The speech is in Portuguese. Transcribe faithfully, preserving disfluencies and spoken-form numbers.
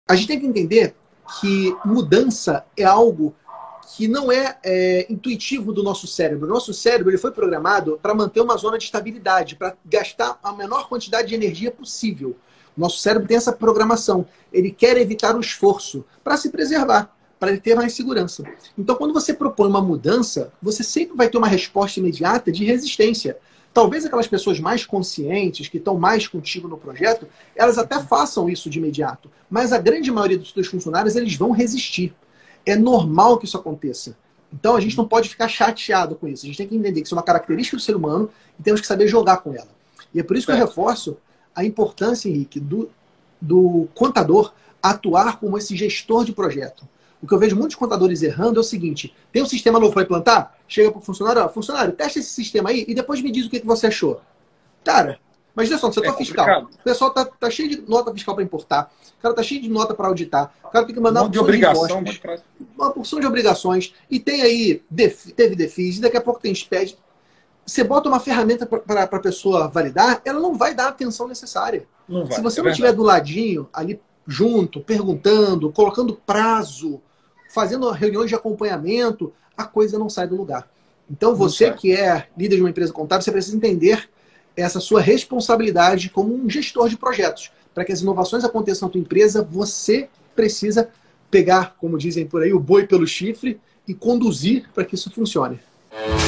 A gente tem que entender que mudança é algo que não é, é intuitivo do nosso cérebro. O nosso cérebro ele foi programado para manter uma zona de estabilidade, para gastar a menor quantidade de energia possível. O nosso cérebro tem essa programação. Ele quer evitar o esforço para se preservar, para ele ter mais segurança. Então, quando você propõe uma mudança, você sempre vai ter uma resposta imediata de resistência. Talvez aquelas pessoas mais conscientes, que estão mais contigo no projeto, elas até façam isso de imediato. Mas a grande maioria dos seus funcionários, eles vão resistir. É normal que isso aconteça. Então a gente não pode ficar chateado com isso. A gente tem que entender que isso é uma característica do ser humano e temos que saber jogar com ela. E é por isso que eu reforço a importância, Henrique, do, do contador atuar como esse gestor de projeto. O que eu vejo muitos contadores errando é o seguinte: tem um sistema novo para implantar? Chega para o funcionário, ó, funcionário, testa esse sistema aí e depois me diz o que, que você achou. Cara, mas olha só, no setor é fiscal, o pessoal tá, tá cheio de nota fiscal para importar, o cara tá cheio de nota para auditar, o cara tem que mandar um monte uma porção de, obrigação, de impostos, uma porção de obrigações, e tem aí, def, teve defis, e daqui a pouco tem S P E D. Você bota uma ferramenta para a pessoa validar, ela não vai dar a atenção necessária. Não vai, Se você é não estiver do ladinho, ali junto, perguntando, colocando prazo, fazendo reuniões de acompanhamento, a coisa não sai do lugar. Então você que é líder de uma empresa contábil, você precisa entender essa sua responsabilidade como um gestor de projetos. Para que as inovações aconteçam na tua empresa, você precisa pegar, como dizem por aí, o boi pelo chifre e conduzir para que isso funcione.